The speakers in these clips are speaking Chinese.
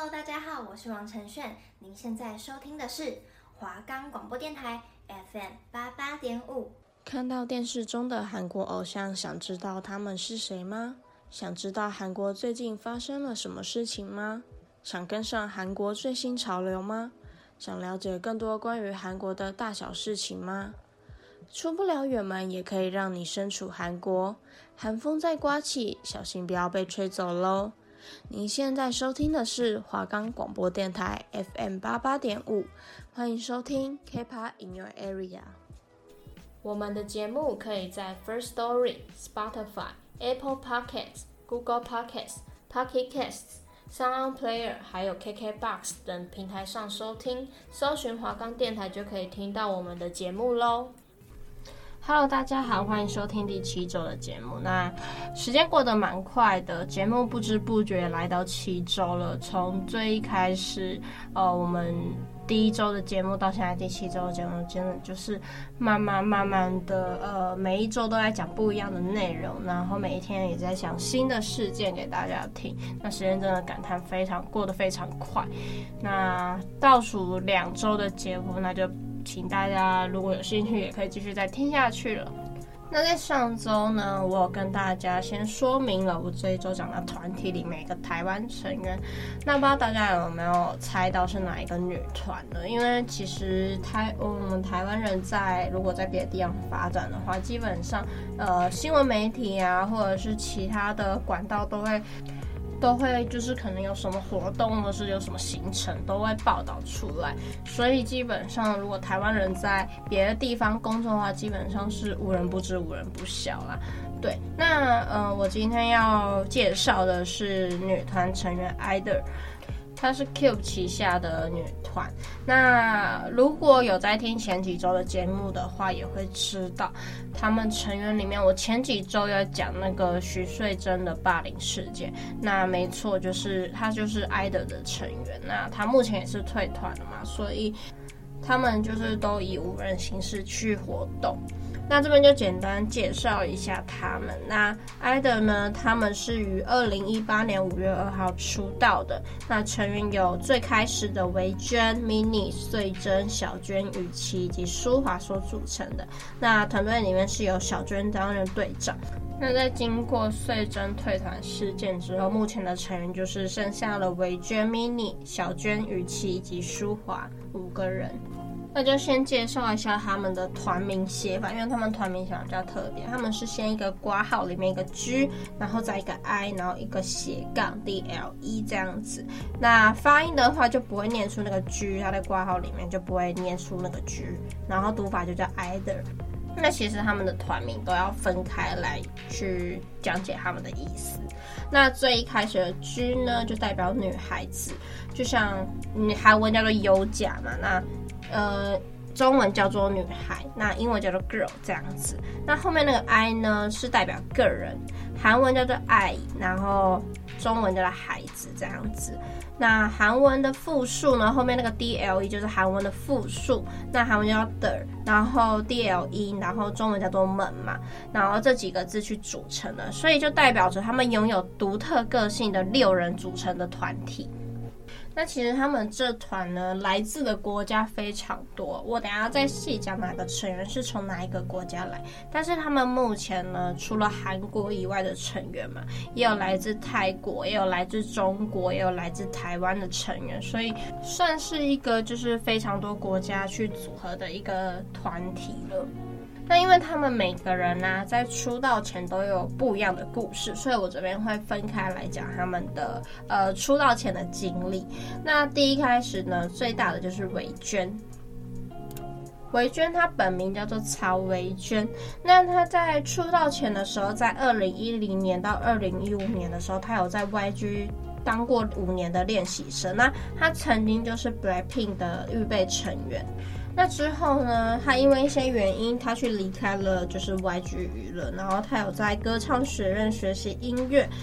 Hello， 大家好，我是王承炫，您现在收听的是华冈广播电台 FM88.5。 看到电视中的韩国偶像，想知道他们是谁吗？想知道韩国最近发生了什么事情吗？想跟上韩国最新潮流吗？想了解更多关于韩国的大小事情吗？出不了远门也可以让你身处韩国，寒风在刮起，小心不要被吹走咯。您现在收听的是华冈广播电台 FM88.5， 欢迎收听 K-pop in your area。 我们的节目可以在 First Story、Spotify、Apple Podcasts、Google Podcasts、Pocket Casts、Sound Player 还有 KKBOX 等平台上收听，搜寻华冈电台就可以听到我们的节目咯。Hello， 大家好，欢迎收听第7周的节目。那时间过得蛮快的，节目不知不觉来到7周了。从最一开始，我们第1周的节目到现在第7周的节目，真的就是慢慢的，每一周都在讲不一样的内容，然后每一天也在想新的事件给大家听。那时间真的感叹过得非常快。那倒数2周的节目，那就请大家如果有兴趣也可以继续再听下去了。那在上周呢，我有跟大家先说明了我这一周讲的团体里面一个台湾成员。那不知道大家有没有猜到是哪一个女团呢？因为其实我们台湾人如果在别的地方发展的话，基本上新闻媒体啊，或者是其他的管道都会就是可能有什么活动或是有什么行程都会报道出来，所以基本上如果台湾人在别的地方工作的话，基本上是无人不知无人不晓啦。对，那我今天要介绍的是女团成员 IDOL， 她是 Cube 旗下的女团。那如果有在听前几周的节目的话，也会知道他们成员里面，我前几周要讲那个徐穗珍的霸凌事件。那没错，她就是 IDOL 的成员。那她目前也是退团了嘛，所以他们就是都以无人形式去活动。那这边就简单介绍一下他们。那 IDOL 呢，他们是于2018年5月2号出道的。那成员有最开始的维娟、mini、穗珍、小娟、雨琦以及舒华所组成的。那团队里面是由小娟担任队长。那在经过穗珍退团事件之后，目前的成员就是剩下了维娟、mini、小娟、雨琦以及舒华5个人。那就先介绍一下他们的团名写法，因为他们团名写法比较特别，他们是先一个括号里面一个 G， 然后再一个 I， 然后一个斜杠 DLE 这样子。那发音的话就不会念出那个 G， 它在括号里面就不会念出那个 G， 然后读法就叫 IDOL。那其实他们的团名都要分开来去讲解他们的意思。那最一开始的 G 呢，就代表女孩子，就像韩文叫做优甲嘛，那中文叫做女孩，那英文叫做 girl 这样子。那后面那个 I 呢，是代表个人，韩文叫做爱，然后中文叫做孩子这样子。那韩文的复数呢，后面那个 DLE 就是韩文的复数，那韩文叫做 der， 然后 DLE， 然后中文叫做们嘛，然后这几个字去组成的，所以就代表着他们拥有独特个性的6人组成的团体。那其实他们这团呢，来自的国家非常多，我等一下再细讲哪个成员是从哪一个国家来。但是他们目前呢，除了韩国以外的成员嘛，也有来自泰国，也有来自中国，也有来自台湾的成员，所以算是一个就是非常多国家去组合的一个团体了。那因为他们每个人啊，在出道前都有不一样的故事，所以我这边会分开来讲他们的出道前的经历。那第一开始呢，最大的就是维娟。维娟她本名叫做曹维娟，那她在出道前的时候，在2010年到2015年的时候，她有在 YG 当过5年的练习生。那她曾经就是 BLACKPINK 的预备成员。那之后呢，他因为一些原因，他去离开了就是 YG 娱乐，然后他有在歌唱学院学习音乐，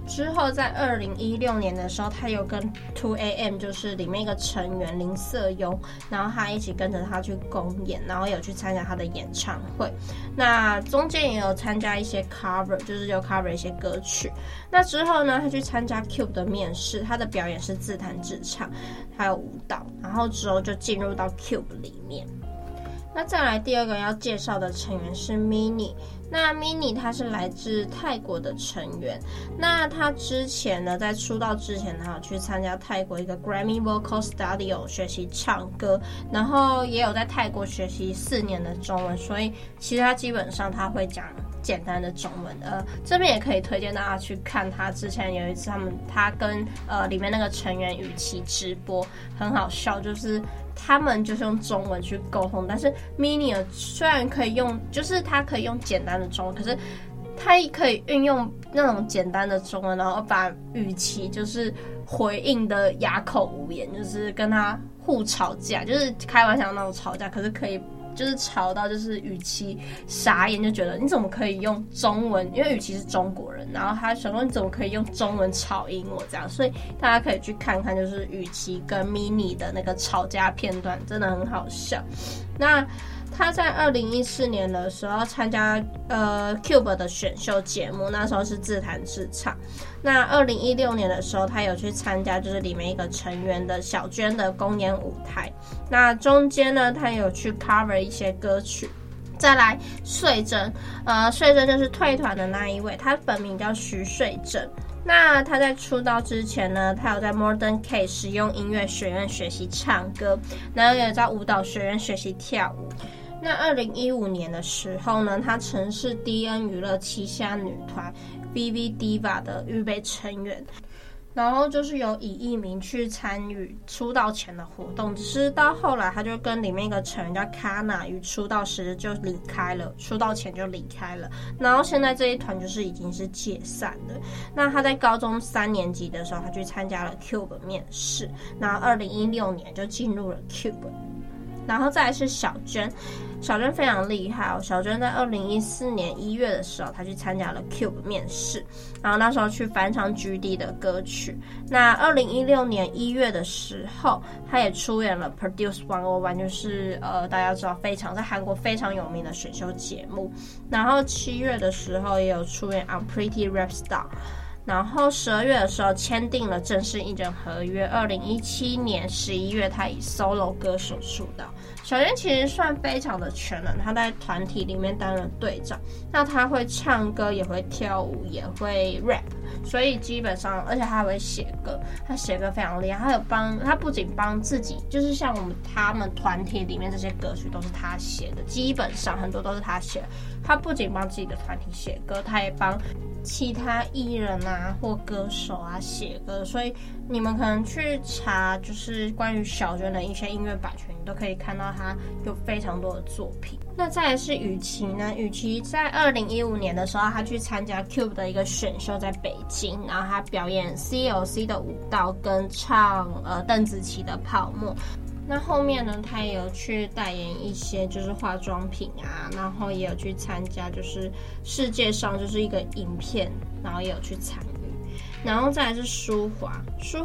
之后在2016年的时候，他有跟 2AM 就是里面一个成员林瑟优，然后他一起跟着他去公演，然后有去参加他的演唱会。那中间也有参加一些 cover， 就是有 cover 一些歌曲。那之后呢，他去参加 Cube 的面试，他的表演是自弹自唱，还有舞蹈，然后之后就进入到 Cube 里面。那再来第二个要介绍的成员是 Mini。那 Mini 他是来自泰国的成员。那他之前呢，在出道之前，他有去参加泰国一个 Grammy Vocal Studio 学习唱歌，然后也有在泰国学习4年的中文，所以其实他基本上他会讲简单的中文。这边也可以推荐大家去看他之前有一次他跟里面那个成员雨琦直播，很好笑，就是他们就是用中文去沟通，但是 Mini 虽然可以用，就是他可以用简单的中文，可是他也可以运用那种简单的中文，然后把语气就是回应的哑口无言，就是跟他互吵架，就是开玩笑那种吵架，可是可以就是吵到就是雨琦傻眼，就觉得你怎么可以用中文，因为雨琦是中国人，然后他想说你怎么可以用中文吵赢我这样，所以大家可以去看看就是雨琦跟 Mini 的那个吵架片段，真的很好笑。那他在2014年的时候参加Cube 的选秀节目，那时候是自弹自唱。那2016年的时候，他有去参加就是里面一个成员的小娟的公演舞台。那中间呢，他有去 cover 一些歌曲。再来穗珍，穗珍就是退团的那一位，他本名叫徐穗珍。那他在出道之前呢，他有在 Modern K 实用音乐学院学习唱歌，然后也在舞蹈学院学习跳舞。那2015年的时候呢，他曾是 DN 娱乐旗下女团 VV Diva 的预备成员，然后就是有以艺名去参与出道前的活动，只是到后来他就跟里面一个成员叫 Kana 于出道时就离开了，出道前就离开了，然后现在这一团就是已经是解散了。那他在高中3年级的时候，他去参加了 Cube 面试，然后2016年就进入了 Cube。然后再来是小娟，小娟非常厉害哦。小娟在2014年1月的时候，她去参加了 Cube 面试，然后那时候去翻唱 GD 的歌曲。那2016年1月的时候，她也出演了 Produce 101，就是大家知道在韩国非常有名的选秀节目。然后7月的时候也有出演 Unpretty Rap Star。然后12月的时候签订了正式艺人合约，2017年11月他以 solo 歌手出道。小娟其实算非常的全能，他在团体里面担任队长，那他会唱歌，也会跳舞，也会 rap， 所以基本上，而且他还会写歌，他写歌非常厉害。他不仅帮自己，就是像他们团体里面这些歌曲都是他写的，基本上很多都是他写的。他不仅帮自己的团体写歌，他也帮其他艺人啊或歌手啊写歌，所以你们可能去查就是关于小娟的一些音乐版权，你都可以看到他有非常多的作品。那再来是雨琦呢，雨琦在2015年的时候，他去参加 Cube 的一个选秀在北京，然后他表演 CLC 的舞蹈跟唱邓紫棋的泡沫。那后面呢，他也有去代言一些就是化妆品啊，然后也有去参加就是世界上就是一个影片，然后也有去参与。然后再来是舒华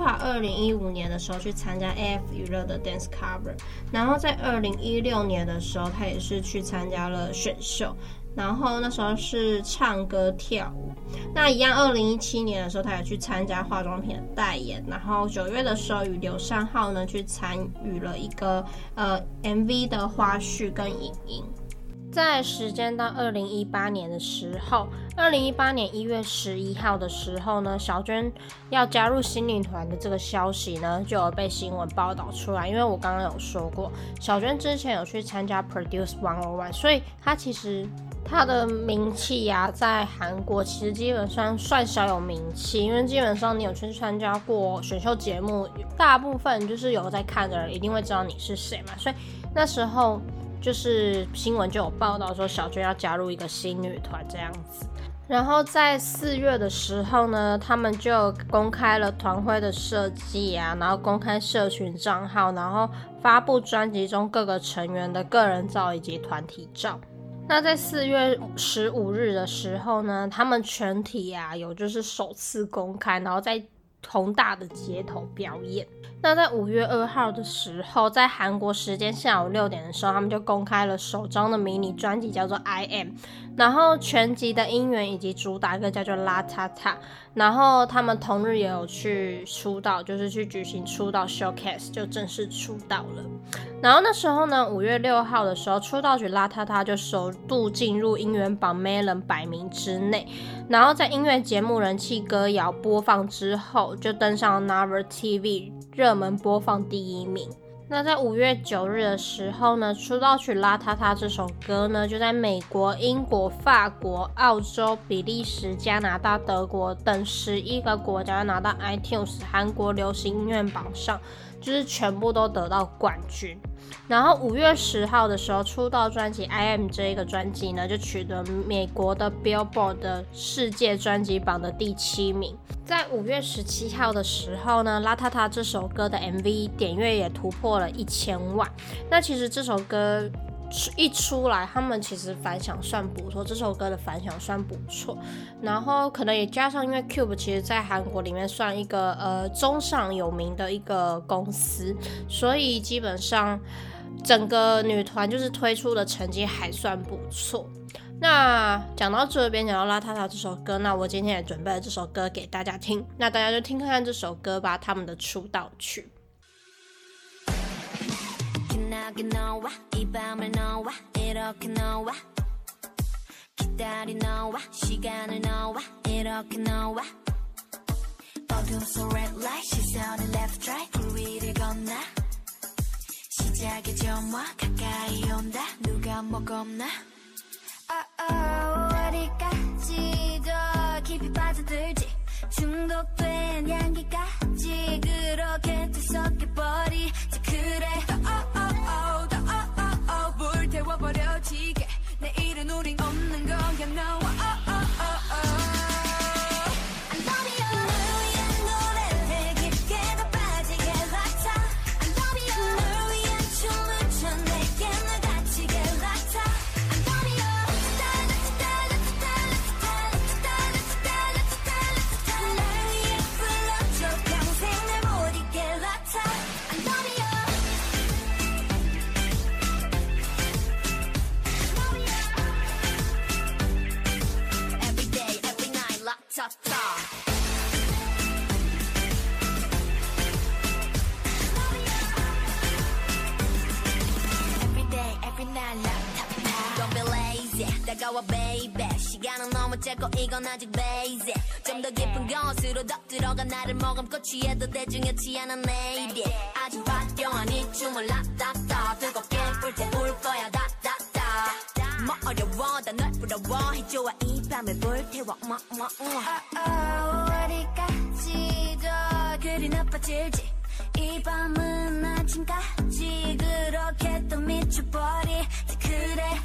2015年的时候去参加 AF 娱乐的 Dance Cover， 然后在2016年的时候，他也是去参加了选秀。然后那时候是唱歌跳舞。那一样2017年的时候，他也去参加化妆品的代言。然后9月的时候，与刘善浩呢去参与了一个MV 的花絮跟影音。在时间到2018年的时候，2018年1月11号的时候呢，小娟要加入新女团的这个消息呢，就有被新闻报道出来。因为我刚刚有说过，小娟之前有去参加 Produce 101，所以她其实她的名气啊，在韩国其实基本上算小有名气，因为基本上你有去参加过选秀节目，大部分就是有在看的人一定会知道你是谁嘛，所以那时候就是新闻就有报道说小娟要加入一个新女团这样子。然后在4月的时候呢，他们就公开了团徽的设计啊，然后公开社群账号，然后发布专辑中各个成员的个人照以及团体照。 那在4月15日的时候呢，他们全体有就是首次公开，然后在宏大的街头表演。那在5月2号的时候，在韩国时间下午6点的时候，他们就公开了首张的迷你专辑，叫做 I Am， 然后全集的音源以及主打歌叫做 La Ta Ta， 然后他们同日也有去出道，就是去举行出道 showcase， 就正式出道了。然后那时候呢，5月6号的时候，出道曲 La Ta Ta 就首度进入音源榜 Melon 100名之内，然后在音乐节目人气歌谣播放之后，就登上 Naver TV 热门播放第1名。那在5月9日的时候呢，出道曲《La Ta Ta》这首歌呢，就在美国、英国、法国、澳洲、比利时、加拿大、德国等11个国家拿到 iTunes 韩国流行音乐榜上，就是全部都得到冠军。然后5月10号的时候，出道专辑 I Am 这一个专辑呢，就取得美国的 Billboard 的世界专辑榜的第7名。在5月17号的时候呢， La Ta Ta 这首歌的 MV 点阅也突破了1000万。那其实这首歌一出来，他们其实反响算不错，这首歌的反响算不错，然后可能也加上因为 Cube 其实在韩国里面算一个中上有名的一个公司，所以基本上整个女团就是推出的成绩还算不错。那讲到这边，讲到La Ta Ta这首歌，那我今天也準備了这首歌给大家听，那大家就听看看这首歌吧，他们的出道曲。 중독된 향기까지 그렇게 뒤섞여버리지 그래 불태워버려지게 내일은 우린 없는 거야 no 다가와 baby 시간은 너무 짧고 이건 아직 basic 좀 더 깊은 곳으로 더 들어가 나를 머금고 취해도 대중이었지 않아 maybe 아직 화려한 이 춤을 라따따 뜨겁게 불태울 거야 다다다 뭐 어려워 다 널 부러워해 좋아 이 밤을 불태워 어디까지 더 그리 나빠질지 이 밤은 아침까지 그렇게 또 미쳐버리지 그래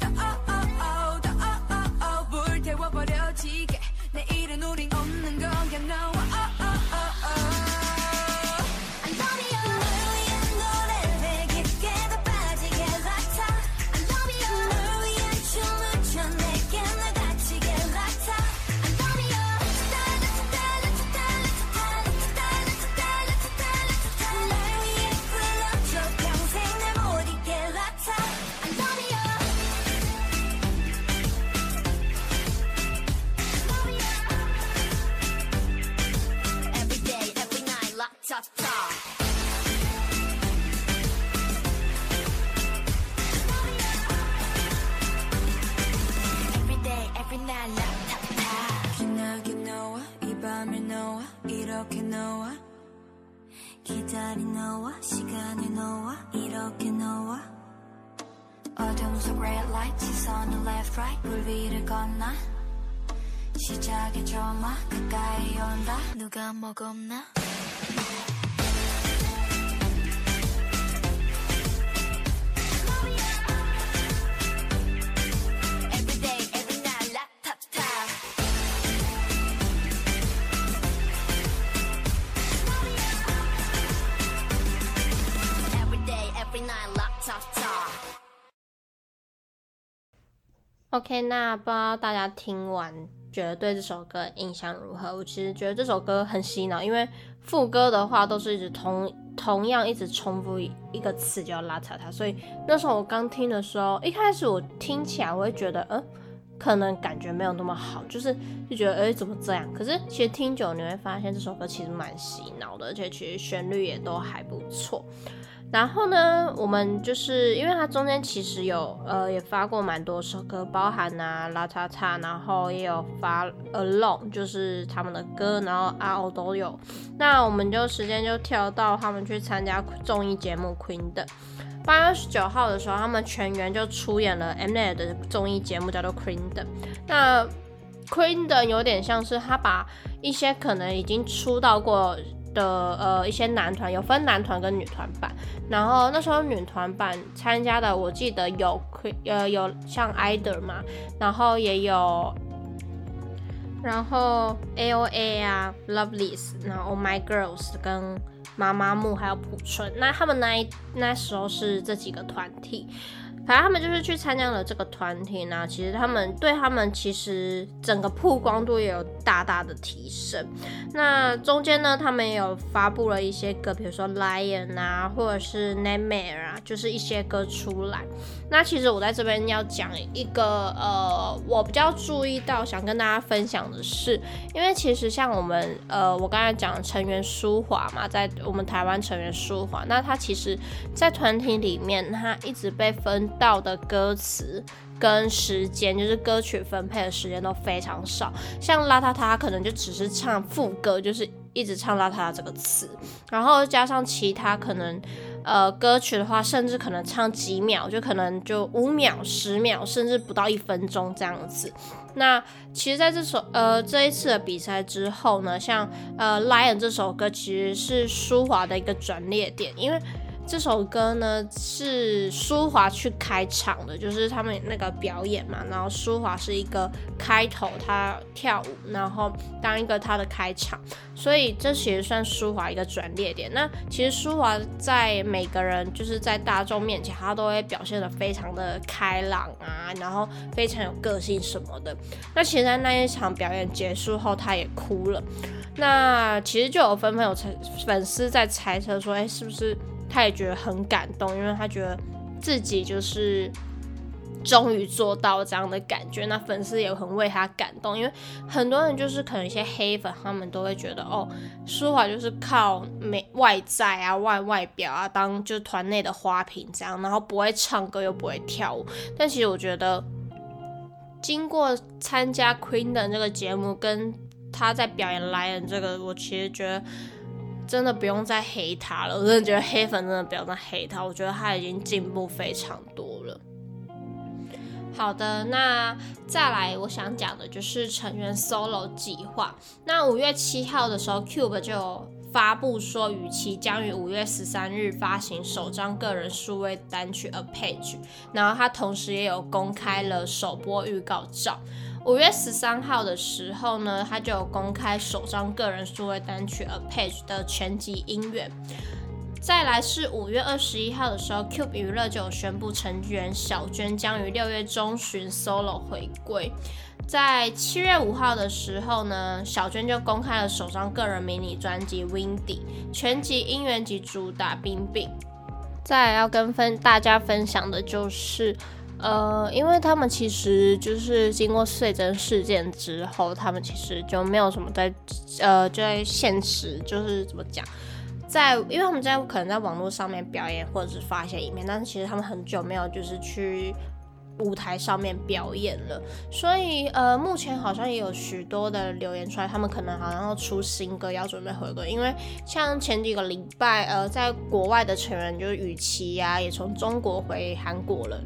불태워버려지게 내일은 우린 없는 거야 no 이렇게 너와 기다린 너와 시간을 너와 이렇게 너와 어둠 속 red light 시선을 left right 불 위를 건너 시작의 조마 가까이 온다 누가 먹었나 OK， 那不知道大家听完觉得对这首歌印象如何？我其实觉得这首歌很洗脑，因为副歌的话都是一直同样一直重复一个词叫拉塔塔，所以那时候我刚听的时候，一开始我听起来我会觉得可能感觉没有那么好，就觉得怎么这样？可是其实听久你会发现这首歌其实蛮洗脑的，而且其实旋律也都还不错。然后呢，我们就是因为它中间其实有也发过蛮多首歌，包含拉塔塔，然后也有发 Alone 就是他们的歌，然后RO都有。那我们就时间就跳到他们去参加综艺节目 Queendom。8月19号的时候，他们全员就出演了 Mnet 的综艺节目，叫做 Queendom。那 Queendom 有点像是他把一些可能已经出道过的一些男团，有分男团跟女团版，然后那时候女团版参加的，我记得有像 IDOL 嘛，然后也有AOA 啊 Lovelyz， 然后 Oh My Girls 跟妈妈木还有朴春，那他们那时候是这几个团体。反正他们就是去参加了这个团体呢，其实他们其实整个曝光度也有大大的提升。那中间呢，他们也有发布了一些歌，比如说 Lion 啊，或者是 Nightmare 啊，就是一些歌出来。那其实我在这边要讲一个我比较注意到想跟大家分享的是，因为其实像我们我刚才讲的成员舒华嘛，在我们台湾成员舒华，那他其实在团体里面，他一直被分到的歌词跟时间，就是歌曲分配的时间都非常少。像拉塔塔可能就只是唱副歌，就是一直唱拉塔塔这个词，然后加上其他可能歌曲的话，甚至可能唱几秒，就可能就5秒、10秒，甚至不到1分钟这样子。那其实在这一次的比赛之后呢，像Lion 这首歌其实是舒华的一个转捩点，因为这首歌呢是舒华去开场的，就是他们那个表演嘛，然后舒华是一个开头，他跳舞，然后当一个他的开场，所以这其实算舒华一个转捩点。那其实舒华在每个人就是在大众面前，他都会表现得非常的开朗啊，然后非常有个性什么的。那其实在那一场表演结束后，他也哭了。那其实就有纷纷有粉丝在猜测说，是不是他也觉得很感动，因为他觉得自己就是终于做到这样的感觉。那粉丝也很为他感动，因为很多人就是可能一些黑粉，他们都会觉得舒华就是靠外在啊、外表啊当就是团内的花瓶这样，然后不会唱歌又不会跳舞。但其实我觉得，经过参加 Queendom 这个节目，跟他在表演 Lion 这个，我其实觉得真的不用再黑他了。我真的觉得黑粉真的不要再黑他，我觉得他已经进步非常多了。好的，那再来我想讲的就是成员 solo 计划。那5月7号的时候 Cube 就有发布说，雨琦将于5月13日发行首张个人数位单曲 A Page， 然后他同时也有公开了首播预告照。5月13号的时候呢，他就有公开首张个人数位单曲 A Page 的全集音源。再来是5月21号的时候 ，Cube 娱乐就有宣布成员小娟将于6月中旬 solo 回归。在7月5号的时候呢，小娟就公开了首张个人迷你专辑 Windy， 全集音源及主打冰冰。再来要跟大家分享的就是，因为他们其实就是经过穗珍事件之后，他们其实就没有什么就在现实就是怎么讲。因为他们可能在网络上面表演或者是发一些影片，但是其实他们很久没有就是去舞台上面表演了，所以目前好像也有许多的留言出来，他们可能好像要出新歌，要准备回归。因为像前几个礼拜在国外的成员就是雨琦啊，也从中国回韩国了，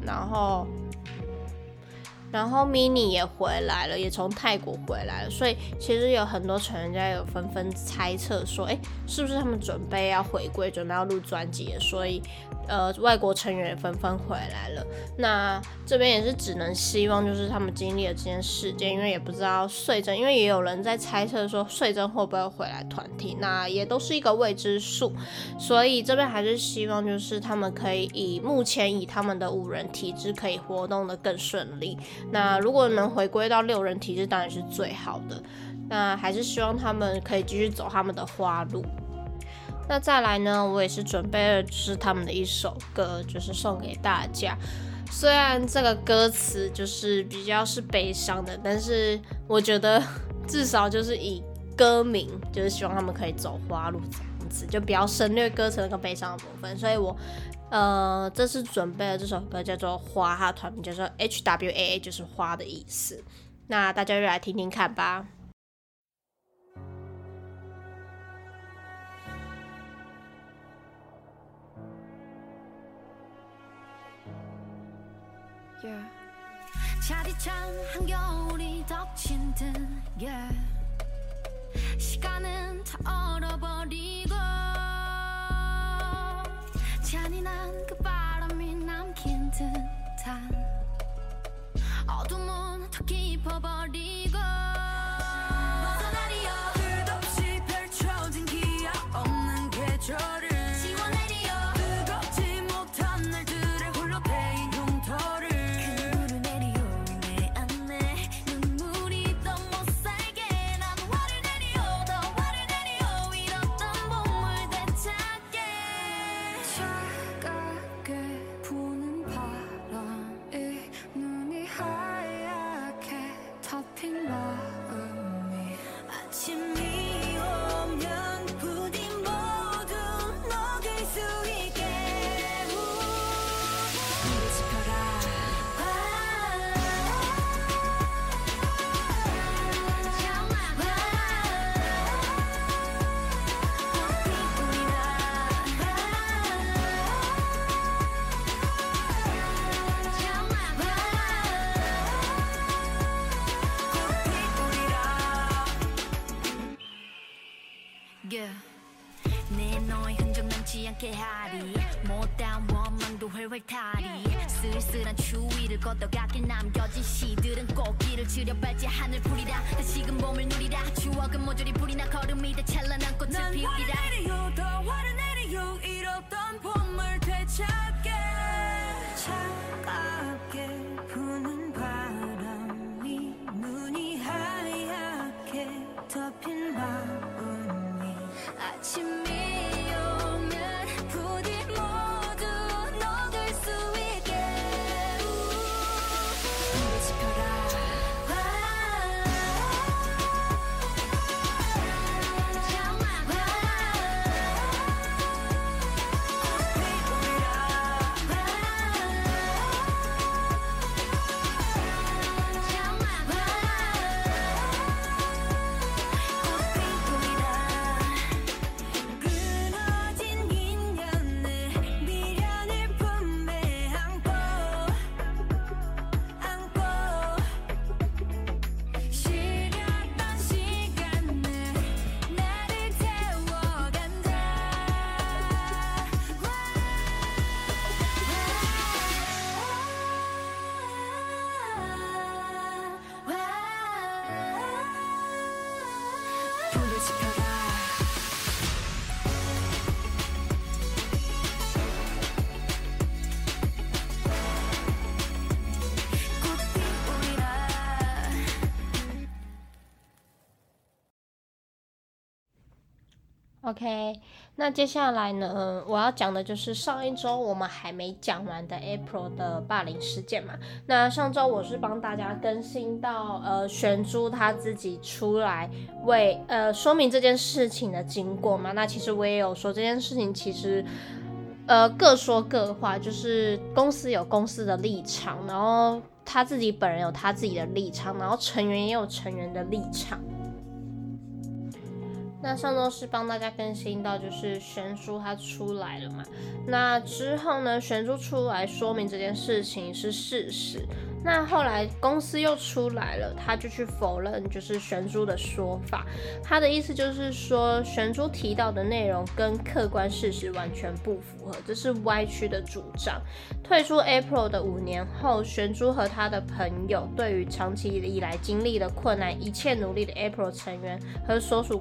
然后 mini 也回来了，也从泰国回来了，所以其实有很多成员家有纷纷猜测说，是不是他们准备要回归，准备要录专辑了，所以外国成员也纷纷回来了。那这边也是只能希望就是他们经历了这件事件，因为也不知道穗珍，因为也有人在猜测说穗珍会不会回来团体，那也都是一个未知数，所以这边还是希望就是他们可以目前以他们的5人体制可以活动的更顺利。 那如果能回归到6人体制，当然是最好的。那还是希望他们可以继续走他们的花路。那再来呢，我也是准备了就是他们的一首歌，就是送给大家。虽然这个歌词就是比较是悲伤的，但是我觉得至少就是以歌名，就是希望他们可以走花路这样子，就不要省略歌词那个悲伤的部分。所以我这次准备了这首歌叫做《花》，它的团名叫做 HWAA， 就是花的意思。那大家就来听听看吧。 차디찬 한겨울이 덮친 듯 시간은 다 얼어버리고 잔인한 그 바람이 남긴 듯한 어둠은 더 깊어버리고 벗어나리요 끝없이 펼쳐진 기약 없는 계절을 지워내리요 뜨겁지 못한 날들의 홀로 패인 흉터를 그물을 내리요 내 안에 눈물이 더 못살게 난 화를 내리요 더 화를 내리요 잃었던 봄을 되찾게 차갑게 부는 바람이 눈이 하얗게 덮인 마음이 아침이 오면 부디 모두 녹일 수 있게 불을 지펴라 내 너의 흔적 남지 않게 하리 못다운 원망도 훨훨 타리 쓸쓸한 추위를 걷어가길 남겨진 시들은 꽃길을 지려밟지 하늘 풀이라 다시금 봄을 누리라 추억은 모조리 불이 나 걸음이 다 찬란한 꽃을 피우리라 난 화를 내리요 더 화를 내리요 잃었던 봄을 되찾게 차갑게 부는 바람이 눈이 하얗게 덮인 마음이 아침이 오면 부디 모두 녹을 수 있게 불을 지펴라 끊어진 인연을 미련을 품에 안고 시렸던 시간을 나를 태워간다 불을 지펴라 꽃 피우리라 OK， 那接下来呢，我要讲的就是上一周我们还没讲完的 April 的霸凌事件嘛。那上周我是帮大家更新到玄珠他自己出来为说明这件事情的经过嘛。那其实我也有说这件事情其实各说各话，就是公司有公司的立场，然后他自己本人有他自己的立场，然后成员也有成员的立场。那上周是帮大家更新到就是玄珠他出来了嘛，那之后呢，玄珠出来说明这件事情是事实，那后来公司又出来了，他就去否认就是玄珠的说法，他的意思就是说玄珠提到的内容跟客观事实完全不符合，这是歪曲的主张。退出 April 的5年后，玄珠和他的朋友对于长期以来经历的困难，一切努力的 April 成员和所属公司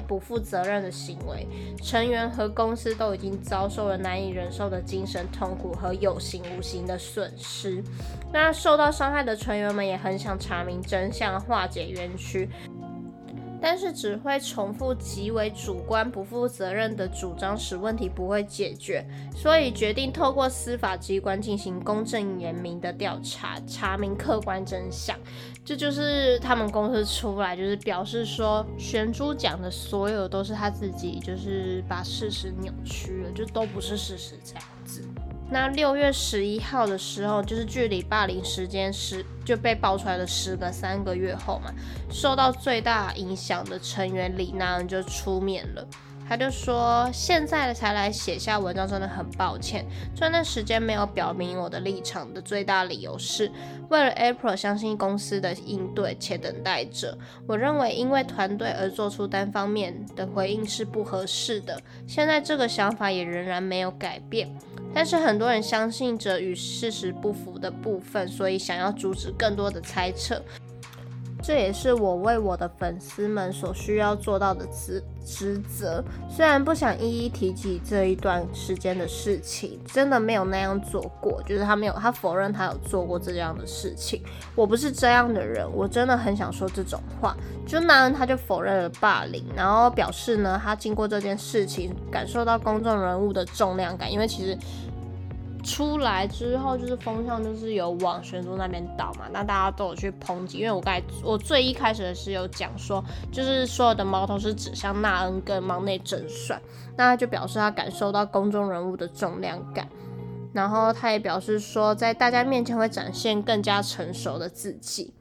不负责任的行为，成员和公司都已经遭受了难以忍受的精神痛苦和有形无形的损失。那受到伤害的成员们也很想查明真相，化解冤屈，但是只会重复极为主观不负责任的主张，使问题不会解决，所以决定透过司法机关进行公正严明的调查，查明客观真相。这就是他们公司出来就是表示说，玄珠讲的所有都是他自己就是把事实扭曲了，就都不是事实这样子。那6月11号的时候，就是距离霸凌时间就被爆出来的3个月后嘛，受到最大影响的成员李娜恩就出面了。他就说，现在才来写下文章真的很抱歉，这段时间没有表明我的立场的最大理由是为了 April 相信公司的应对且等待着。我认为因为团队而做出单方面的回应是不合适的，现在这个想法也仍然没有改变，但是很多人相信着与事实不符的部分，所以想要阻止更多的猜测。这也是我为我的粉丝们所需要做到的职责。虽然不想一一提及这一段时间的事情，真的没有那样做过，就是他否认他有做过这样的事情。我不是这样的人，我真的很想说这种话。就男人他就否认了霸凌，然后表示呢，他经过这件事情感受到公众人物的重量感，因为其实出来之后，就是风向就是有往玄珠那边倒嘛，那大家都有去抨击。因为我最一开始的是有讲说，就是所有的矛头是指向娜恩跟忙内整帅，那他就表示他感受到公众人物的重量感，然后他也表示说，在大家面前会展现更加成熟的自己。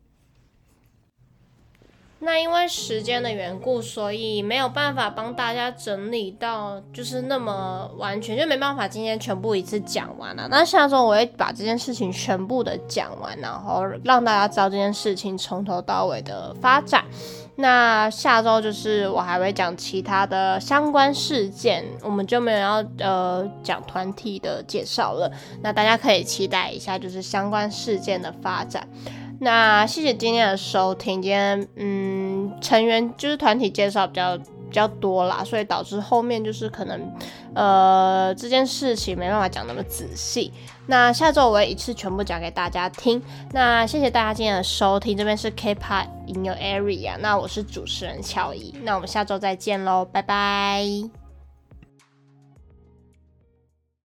那因为时间的缘故，所以没有办法帮大家整理到就是那么完全，就没办法今天全部一次讲完了。那下周我会把这件事情全部的讲完，然后让大家知道这件事情从头到尾的发展。那下周就是我还会讲其他的相关事件，我们就没有要讲团体的介绍了。那大家可以期待一下，就是相关事件的发展。那谢谢今天的收听，今天成员就是团体介绍比较多啦，所以导致后面就是可能这件事情没办法讲那么仔细。那下周我会一次全部讲给大家听。那谢谢大家今天的收听，这边是 K-pop in your area， 那我是主持人乔怡，那我们下周再见咯，拜拜。